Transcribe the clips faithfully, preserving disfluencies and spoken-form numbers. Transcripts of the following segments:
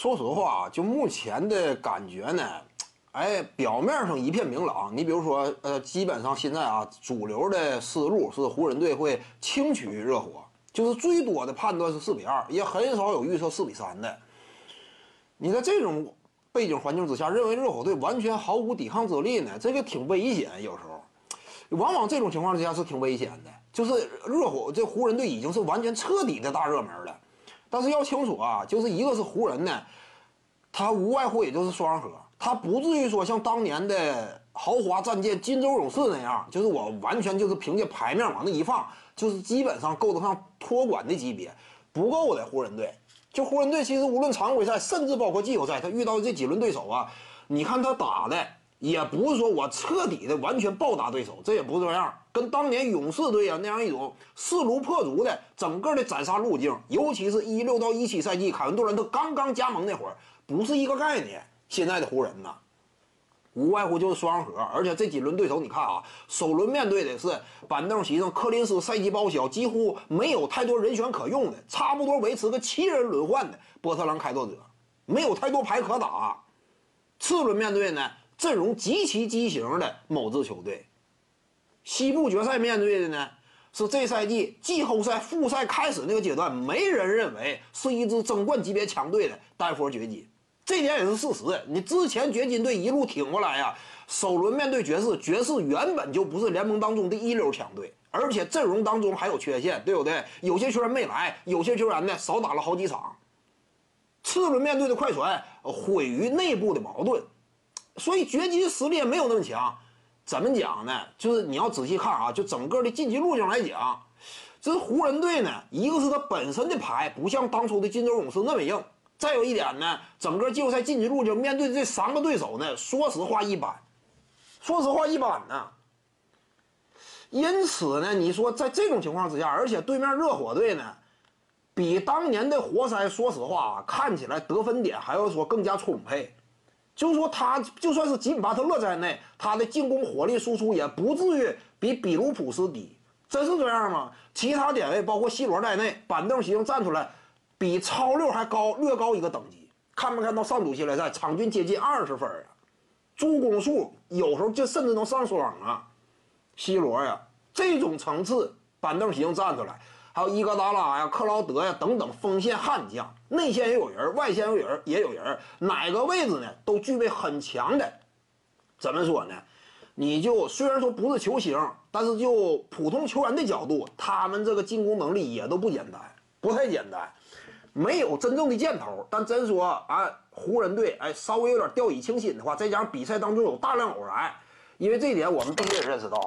说实话，就目前的感觉呢，哎，表面上一片明朗。你比如说，呃，基本上现在啊，主流的思路是湖人队会轻取热火，就是最多的判断是四比二，也很少有预测四比三的。你在这种背景环境之下，认为热火队完全毫无抵抗之力呢，这个挺危险。有时候，往往这种情况之下是挺危险的。就是热火这湖人队已经是完全彻底的大热门了。但是要清楚啊，就是一个是湖人呢，他无外乎也就是双核，他不至于说像当年的豪华战舰金州勇士那样，就是我完全就是凭借牌面往那一放，就是基本上够得上托管的级别，不够的湖人队。就湖人队其实无论常规赛，甚至包括季后赛，他遇到的这几轮对手啊，你看他打的也不是说我彻底的完全暴打对手，这也不是这样。跟当年勇士队啊那样一种势如破竹的整个的斩杀路径，尤其是一六到一七赛季凯文杜兰特刚刚加盟那会儿，不是一个概念。现在的湖人呢，无外乎就是双核，而且这几轮对手你看啊，首轮面对的是板凳席上柯林斯赛季报销，几乎没有太多人选可用的，差不多维持个七人轮换的波特兰开拓者，没有太多牌可打。次轮面对呢，阵容极其畸形的某支球队。西部决赛面对的呢，是这赛季季后赛复赛开始那个阶段，没人认为是一支争冠级别强队的丹佛掘金，这点也是事实。你之前掘金队一路挺过来呀，首轮面对爵士，爵士原本就不是联盟当中的一流强队，而且阵容当中还有缺陷，对不对？有些球员没来，有些球员呢少打了好几场。次轮面对的快船，毁于内部的矛盾，所以掘金实力也没有那么强。怎么讲呢？就是你要仔细看啊，就整个的晋级路径来讲，这湖人队呢，一个是他本身的牌不像当初的金州勇士那么硬，再有一点呢，整个季后赛晋级路径面对这三个对手呢，说实话一般，说实话一般呢。因此呢，你说在这种情况之下，而且对面热火队呢，比当年的活塞，说实话啊，看起来得分点还要说更加充沛。就是说，他就算是吉米巴特勒在内，他的进攻火力输出也不至于比比卢普斯低，真是这样吗？其他点位包括西罗在内，板凳席上站出来，比超六还高，略高一个等级。看没看到上组系列赛，场均接近二十分啊，助攻数有时候就甚至能上双啊。西罗呀，这种层次板凳席上站出来。还有伊戈达拉呀、克劳德呀等等锋线悍将，内线也有人，外线有人也有人，哪个位置呢都具备很强的。怎么说呢？你就虽然说不是球星，但是就普通球员的角度，他们这个进攻能力也都不简单，不太简单。没有真正的箭头，但真说啊，湖人队哎稍微有点掉以轻心的话，再加上比赛当中有大量偶然，因为这一点我们必须得认识到。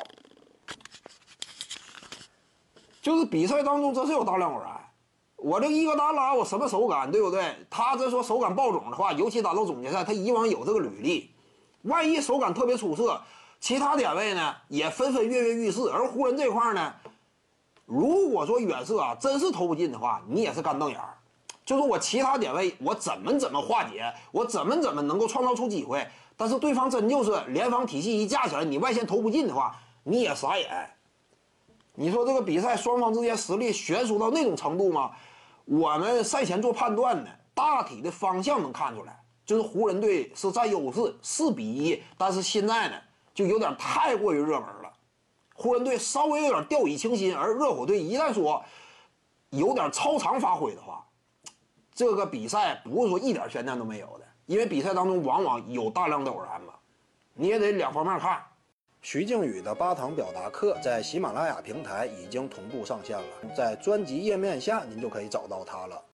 就是比赛当中真是有大量偶然，我这伊戈达拉我什么手感，对不对？他这说手感爆种的话，尤其打到总决赛，他以往有这个履历，万一手感特别出色，其他点位呢也纷纷跃跃欲试。而湖人这块呢，如果说远射啊真是投不进的话，你也是干瞪眼儿。就是我其他点位我怎么怎么化解，我怎么怎么能够创造出机会，但是对方真就是联防体系一架起来，你外线投不进的话，你也傻眼。你说这个比赛双方之间实力悬殊到那种程度吗？我们赛前做判断呢，大体的方向能看出来，就是湖人队是占优势四比一，但是现在呢就有点太过于热门了，湖人队稍微有点掉以轻心，而热火队一旦说有点超常发挥的话，这个比赛不是说一点悬念都没有的，因为比赛当中往往有大量的偶然嘛，你也得两方面看。 徐静宇的八堂表达课在喜马拉雅平台已经同步上线了，在专辑页面下您就可以找到它了。